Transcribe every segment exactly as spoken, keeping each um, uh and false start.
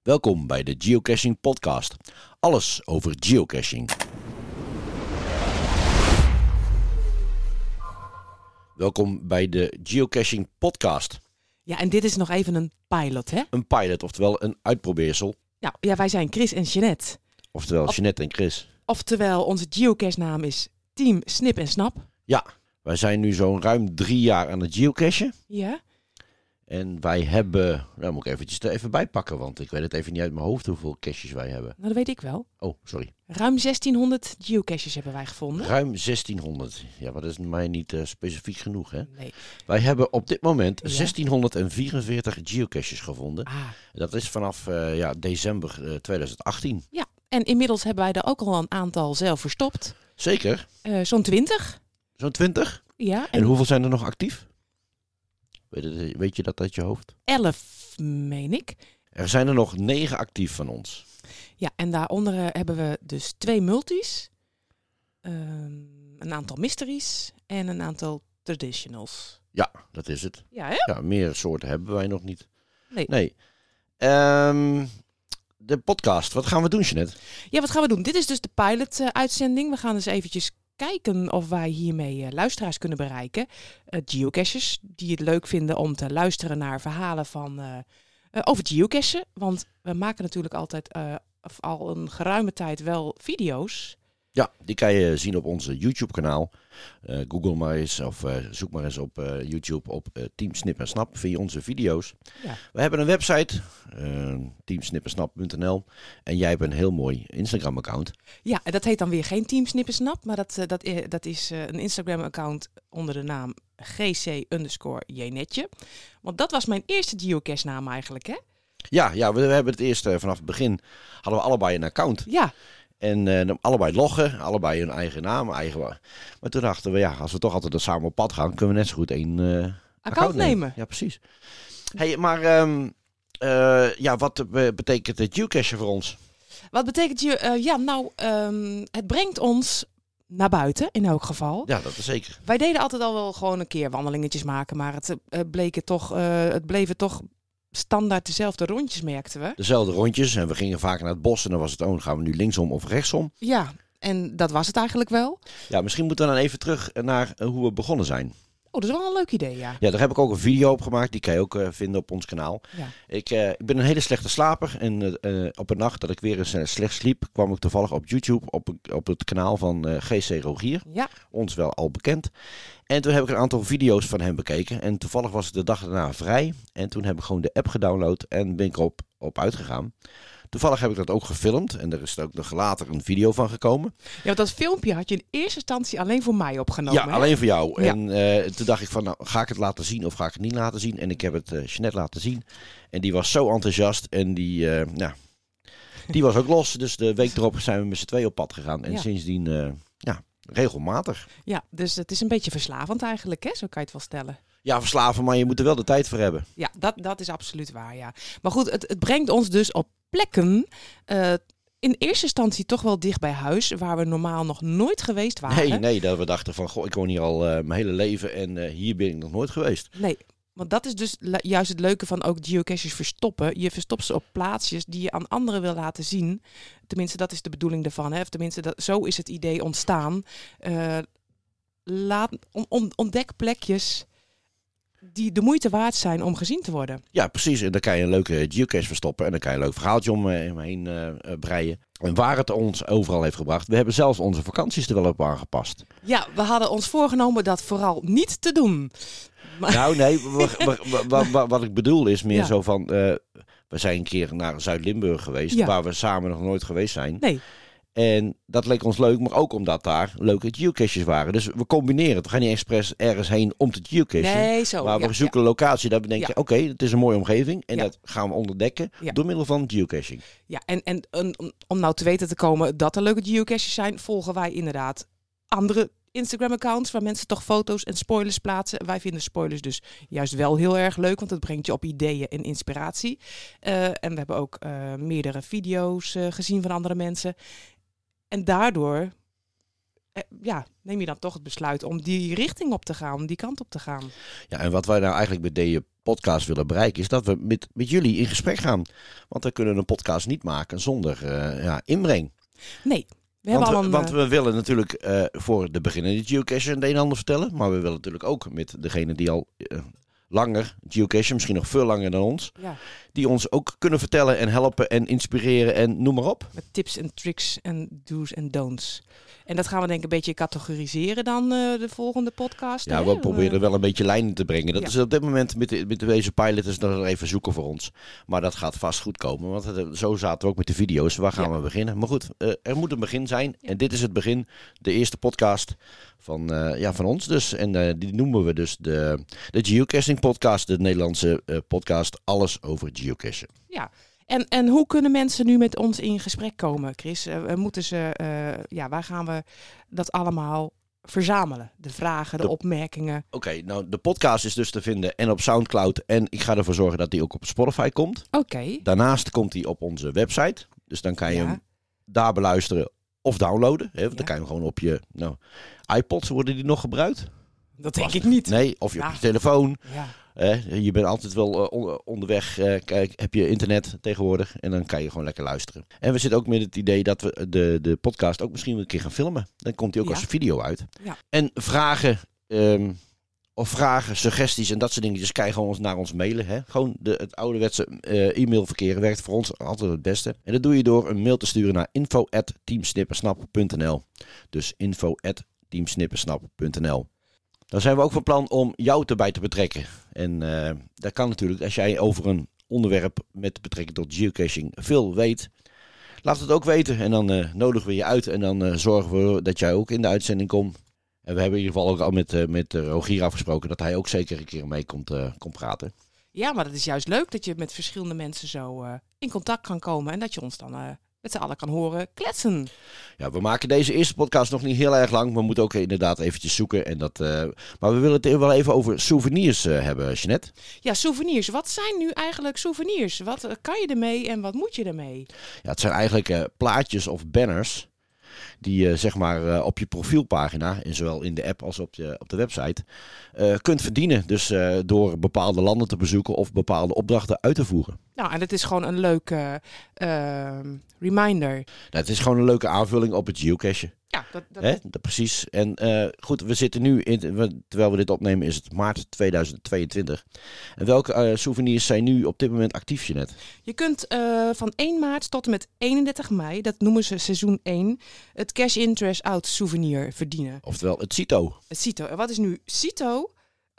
Welkom bij de Geocaching Podcast. Alles over geocaching. Welkom bij de Geocaching Podcast. Ja, en dit is nog even een pilot, hè? Een pilot, oftewel een uitprobeersel. Nou, ja, wij zijn Chris en Jeanette. Oftewel Of- Jeanette en Chris. Oftewel, onze geocache-naam is Team Snip en Snap. Ja, wij zijn nu zo'n ruim drie jaar aan het geocachen. Ja. En wij hebben, nou moet ik eventjes er even bij pakken, want ik weet het even niet uit mijn hoofd hoeveel caches wij hebben. Nou, dat weet ik wel. Oh, sorry. Ruim zestienhonderd geocaches hebben wij gevonden. Ruim zestienhonderd. Ja, maar dat is mij niet uh, specifiek genoeg, hè? Nee. Wij hebben op dit moment Ja. zestienhonderdvierenveertig geocaches gevonden. Ah. Dat is vanaf uh, ja, december uh, tweeduizend achttien. Ja, en inmiddels hebben wij er ook al een aantal zelf verstopt. Zeker. Uh, zo'n twintig. Zo'n twintig. Ja, En en hoeveel zijn er nog actief? Weet, het, weet je dat uit je hoofd? elf, meen ik. Er zijn er nog negen actief van ons. Ja, en daaronder uh, hebben we dus twee multis, um, een aantal mysteries en een aantal traditionals. Ja, dat is het. Ja, hè? Ja, meer soorten hebben wij nog niet. Nee. Nee. Um, de podcast, wat gaan we doen, Jeanette? Ja, wat gaan we doen? Dit is dus de pilot-uitzending. We gaan eens eventjes kijken of wij hiermee uh, luisteraars kunnen bereiken. Uh, geocachers die het leuk vinden om te luisteren naar verhalen van, uh, uh, over geocachen. Want we maken natuurlijk altijd uh, al een geruime tijd wel video's. Ja, die kan je zien op onze YouTube-kanaal. Uh, Google maar eens of uh, zoek maar eens op uh, YouTube op uh, Team Snip en Snap. Vind je onze video's. Ja. We hebben een website, uh, team snip en snap punt n l. En jij hebt een heel mooi Instagram-account. Ja, dat heet dan weer geen Team Snip en Snap. Maar dat, uh, dat, uh, dat is uh, een Instagram-account onder de naam gc underscore Jeanette. Want dat was mijn eerste geocache-naam eigenlijk, hè? Ja, ja we, we hebben het eerst uh, vanaf het begin hadden we allebei een account. Ja. En uh, allebei loggen, allebei hun eigen naam. Eigen... Maar toen dachten we, ja, als we toch altijd samen op pad gaan, kunnen we net zo goed één uh, account, account nemen. nemen. Ja, precies. Hey, maar um, uh, ja, wat betekent het geocachen voor ons? Wat betekent je? Uh, ja, nou, um, het brengt ons naar buiten in elk geval. Ja, dat is zeker. Wij deden altijd al wel gewoon een keer wandelingetjes maken, maar het, uh, bleek het, toch, uh, het bleven toch standaard dezelfde rondjes, merkten we. Dezelfde rondjes en we gingen vaak naar het bos en dan was het, oh, gaan we nu linksom of rechtsom? Ja, en dat was het eigenlijk wel. Ja, misschien moeten we dan even terug naar uh, hoe we begonnen zijn. Oh, dat is wel een leuk idee, ja. Ja, daar heb ik ook een video op gemaakt. Die kan je ook uh, vinden op ons kanaal. Ja. Ik, uh, ik ben een hele slechte slaper. En uh, uh, op een nacht dat ik weer eens uh, slecht sliep, kwam ik toevallig op YouTube op, op het kanaal van uh, G C Rogier. Ja. Ons wel al bekend. En toen heb ik een aantal video's van hem bekeken. En toevallig was het de dag daarna vrij. En toen heb ik gewoon de app gedownload en ben ik erop op uitgegaan. Toevallig heb ik dat ook gefilmd en er is ook nog later een video van gekomen. Ja, want dat filmpje had je in eerste instantie alleen voor mij opgenomen. Ja, hè? alleen voor jou. Ja. En uh, toen dacht ik van, nou, ga ik het laten zien of ga ik het niet laten zien? En ik heb het uh, Jeanette laten zien. En die was zo enthousiast en die, uh, nou, die was ook los. Dus de week erop zijn we met z'n tweeën op pad gegaan. En ja. sindsdien, uh, ja, regelmatig. Ja, dus het is een beetje verslavend eigenlijk, hè? Zo kan je het wel stellen. Ja, verslaven, maar je moet er wel de tijd voor hebben. Ja, dat, dat is absoluut waar, ja. Maar goed, het, het brengt ons dus op plekken, uh, in eerste instantie toch wel dicht bij huis, waar we normaal nog nooit geweest waren. Nee, nee, dat we dachten van, goh, ik woon hier al uh, mijn hele leven en uh, hier ben ik nog nooit geweest. Nee, want dat is dus le- juist het leuke van ook geocaches verstoppen. Je verstopt ze op plaatsjes die je aan anderen wil laten zien. Tenminste, dat is de bedoeling ervan, hè. Of tenminste, dat, zo is het idee ontstaan. Uh, laat, on, on, ontdek plekjes die de moeite waard zijn om gezien te worden. Ja, precies. En dan kan je een leuke geocache verstoppen. En dan kan je een leuk verhaaltje omheen uh, uh, breien. En waar het ons overal heeft gebracht. We hebben zelfs onze vakanties er wel op aangepast. Ja, we hadden ons voorgenomen dat vooral niet te doen. Maar... Nou, nee. Wat ik bedoel is meer ja. zo van... Uh, we zijn een keer naar Zuid-Limburg geweest. Ja. Waar we samen nog nooit geweest zijn. Nee. En dat leek ons leuk, maar ook omdat daar leuke geocaches waren. Dus we combineren het. We gaan niet expres ergens heen om te geocachen. Nee, zo. Maar we ja, zoeken ja. een locatie dat we denken, ja. oké, okay, het is een mooie omgeving. En ja. dat gaan we ontdekken ja. door middel van geocaching. Ja, en, en, en om nou te weten te komen dat er leuke geocaches zijn, volgen wij inderdaad andere Instagram-accounts waar mensen toch foto's en spoilers plaatsen. Wij vinden spoilers dus juist wel heel erg leuk, want het brengt je op ideeën en inspiratie. Uh, en we hebben ook uh, meerdere video's uh, gezien van andere mensen. En daardoor eh, ja, neem je dan toch het besluit om die richting op te gaan, om die kant op te gaan. Ja, en wat wij nou eigenlijk met de podcast willen bereiken, is dat we met, met jullie in gesprek gaan. Want we kunnen een podcast niet maken zonder uh, ja, inbreng. Nee. We want, hebben we, al een, want we willen natuurlijk uh, voor de beginnende geocacher het een en ander vertellen. Maar we willen natuurlijk ook met degene die al uh, langer geocachen, misschien nog veel langer dan ons. Ja. Die ons ook kunnen vertellen en helpen en inspireren en noem maar op. Met tips en tricks en do's en don'ts. En dat gaan we denk ik een beetje categoriseren dan uh, de volgende podcast. Ja, hè? we proberen wel een beetje lijnen te brengen. Dat ja. is op dit moment met, de, met deze pilot is nog even zoeken voor ons. Maar dat gaat vast goed komen. Want het, zo zaten we ook met de video's. Waar gaan ja. we beginnen? Maar goed, uh, er moet een begin zijn. Ja. En dit is het begin. De eerste podcast van, uh, ja, van ons dus. En uh, die noemen we dus de, de Geocaching Podcast. De Nederlandse uh, podcast. Alles over geocachen. Ja. En, en hoe kunnen mensen nu met ons in gesprek komen, Chris? Uh, moeten ze, uh, ja, waar gaan we dat allemaal verzamelen? De vragen, de, de opmerkingen. Oké, okay, nou de podcast is dus te vinden en op Soundcloud. En ik ga ervoor zorgen dat die ook op Spotify komt. Oké. Okay. Daarnaast komt die op onze website. Dus dan kan je ja. hem daar beluisteren of downloaden. Hè? Want ja. dan kan je hem gewoon op je nou, iPods, worden die nog gebruikt? Dat denk ik niet. Nee, of je ja. op je telefoon. Ja. Eh, je bent altijd wel uh, on- onderweg. Uh, kijk, heb je internet tegenwoordig. En dan kan je gewoon lekker luisteren. En we zitten ook met het idee dat we de, de podcast ook misschien een keer gaan filmen. Dan komt die ook ja. als video uit. Ja. En vragen, um, of vragen, suggesties en dat soort dingetjes kan je gewoon ons, naar ons mailen. Hè? Gewoon de, het ouderwetse uh, e-mailverkeer werkt voor ons altijd het beste. En dat doe je door een mail te sturen naar info at teamsnippersnap punt n l. Dus info at teamsnippersnap punt n l. Dan zijn we ook van plan om jou erbij te betrekken. En uh, dat kan natuurlijk als jij over een onderwerp met betrekking tot geocaching veel weet. Laat het ook weten en dan uh, nodigen we je uit en dan uh, zorgen we dat jij ook in de uitzending komt. En we hebben in ieder geval ook al met, uh, met uh, Rogier afgesproken dat hij ook zeker een keer mee komt, uh, komt praten. Ja, maar dat is juist leuk dat je met verschillende mensen zo uh, in contact kan komen en dat je ons dan uh, met z'n allen kan horen kletsen. Ja, we maken deze eerste podcast nog niet heel erg lang. We moeten ook inderdaad eventjes zoeken. En dat, uh, maar we willen het wel even over souvenirs uh, hebben, Jeanette. Ja, souvenirs. Wat zijn nu eigenlijk souvenirs? Wat uh, kan je ermee en wat moet je ermee? Ja, het zijn eigenlijk uh, plaatjes of banners die je uh, zeg maar uh, op je profielpagina, en zowel in de app als op, je, op de website, uh, kunt verdienen. Dus uh, door bepaalde landen te bezoeken of bepaalde opdrachten uit te voeren. Nou, en het is gewoon een leuke uh, reminder. Nou, het is gewoon een leuke aanvulling op het geocachen. Ja, dat, dat... Hè? Dat, precies. En uh, goed, we zitten nu, in, terwijl we dit opnemen, is het maart tweeduizend tweeëntwintig. En welke uh, souvenirs zijn nu op dit moment actief, Jeanette? Je kunt uh, van één maart tot en met eenendertig mei, dat noemen ze seizoen één, het Cash Interest Out souvenir verdienen. Oftewel het CITO. Het CITO. En wat is nu CITO?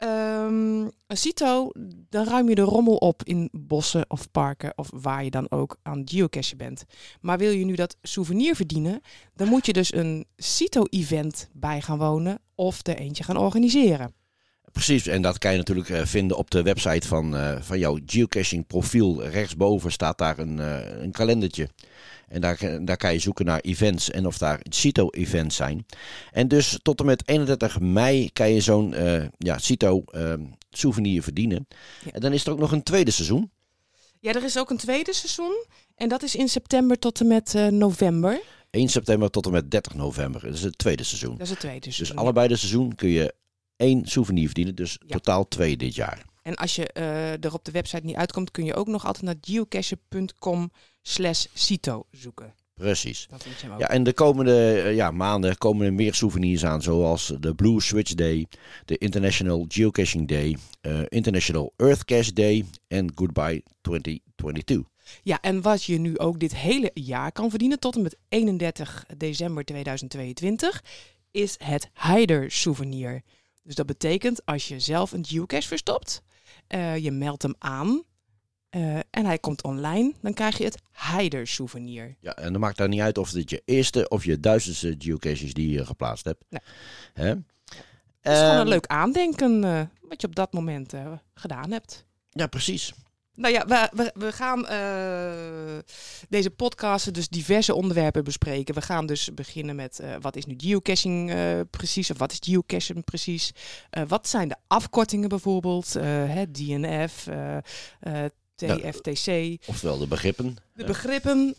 Um, een CITO, dan ruim je de rommel op in bossen of parken of waar je dan ook aan geocachen bent. Maar wil je nu dat souvenir verdienen, dan moet je dus een CITO-event bij gaan wonen of er eentje gaan organiseren. Precies, en dat kan je natuurlijk uh, vinden op de website van, uh, van jouw geocaching profiel. Rechtsboven staat daar een, uh, een kalendertje. En daar, daar kan je zoeken naar events en of daar CITO-events zijn. En dus tot en met eenendertig mei kan je zo'n uh, ja, CITO-souvenir uh, verdienen. Ja. En dan is er ook nog een tweede seizoen. Ja, er is ook een tweede seizoen. En dat is in september tot en met uh, november. één september tot en met dertig november. Dat is het tweede seizoen. Dat is het tweede seizoen. Dus allebei de seizoen kun je één souvenir verdienen. Dus ja. totaal twee dit jaar. En als je uh, er op de website niet uitkomt, kun je ook nog altijd naar geocache punt com slash cito zoeken. Precies. Ja, en de komende uh, ja, maanden komen er meer souvenirs aan, zoals de Blue Switch Day, de International Geocaching Day, uh, International Earth Cache Day en Goodbye twintig tweeëntwintig. Ja, en wat je nu ook dit hele jaar kan verdienen, tot en met eenendertig december tweeduizend tweeëntwintig, is het Hider souvenir. Dus dat betekent, als je zelf een geocache verstopt, uh, je meldt hem aan uh, en hij komt online, dan krijg je het Hider souvenir. Ja, en dan maakt het niet uit of het je eerste of je duizendste geocaches die je geplaatst hebt. Nee. Hè? Het is um, gewoon een leuk aandenken uh, wat je op dat moment uh, gedaan hebt. Ja, precies. Nou ja, we, we, we gaan uh, deze podcasten dus diverse onderwerpen bespreken. We gaan dus beginnen met uh, wat is nu geocaching uh, precies, of wat is geocaching precies? Uh, wat zijn de afkortingen bijvoorbeeld? Uh, hè, D N F, uh, uh, T F T C. Ja, oftewel de begrippen. De begrippen.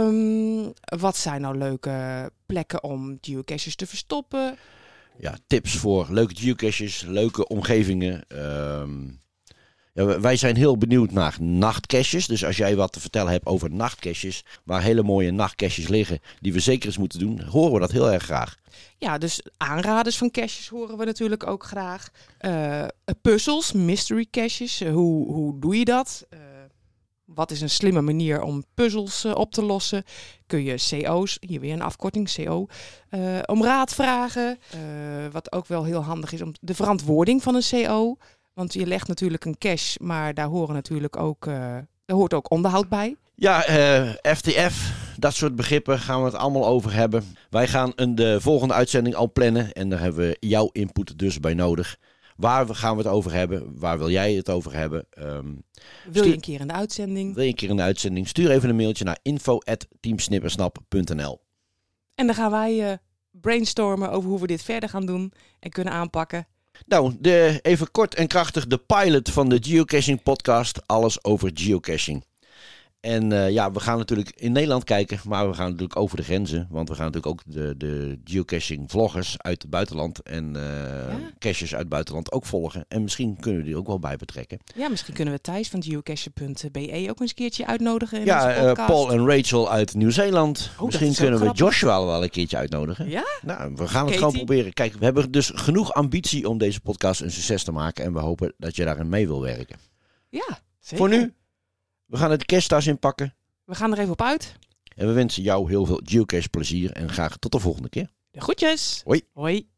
Um, wat zijn nou leuke plekken om geocaches te verstoppen? Ja, tips voor leuke geocaches, leuke omgevingen. Um, Ja, wij zijn heel benieuwd naar nachtcaches. Dus als jij wat te vertellen hebt over nachtcaches, waar hele mooie nachtcaches liggen, die we zeker eens moeten doen, horen we dat heel erg graag. Ja, dus aanraders van caches horen we natuurlijk ook graag. Uh, puzzels, mystery caches, uh, hoe, hoe doe je dat? Uh, wat is een slimme manier om puzzels uh, op te lossen? Kun je C O's, hier weer een afkorting, C O, uh, om raad vragen. Uh, wat ook wel heel handig is, om de verantwoording van een C O. Want je legt natuurlijk een cache, maar daar horen natuurlijk ook, uh, daar hoort ook onderhoud bij. Ja, uh, F T F, dat soort begrippen gaan we het allemaal over hebben. Wij gaan een, de volgende uitzending al plannen en daar hebben we jouw input dus bij nodig. Waar gaan we het over hebben? Waar wil jij het over hebben? Um, wil stuur... je een keer in de uitzending? Wil je een keer in de uitzending? Stuur even een mailtje naar info at teamsnippersnap punt n l. En dan gaan wij uh, brainstormen over hoe we dit verder gaan doen en kunnen aanpakken. Nou, de, even kort en krachtig de pilot van de Geocaching podcast. Alles over geocaching. En uh, ja, we gaan natuurlijk in Nederland kijken, maar we gaan natuurlijk over de grenzen. Want we gaan natuurlijk ook de, de geocaching vloggers uit het buitenland en uh, ja. caches uit het buitenland ook volgen. En misschien kunnen we die ook wel bij betrekken. Ja, misschien kunnen we Thijs van geocache punt b e ook eens een keertje uitnodigen in ja, onze podcast. Uh, Paul en Rachel uit Nieuw-Zeeland. Oh, misschien kunnen we grappig. Joshua wel een keertje uitnodigen. Ja? Nou, we gaan het Katie? gewoon proberen. Kijk, we hebben dus genoeg ambitie om deze podcast een succes te maken. En we hopen dat je daarin mee wil werken. Ja, zeker. Voor nu, we gaan het cachetas inpakken. We gaan er even op uit. En we wensen jou heel veel geocache plezier en graag tot de volgende keer. De groetjes. Hoi. Hoi.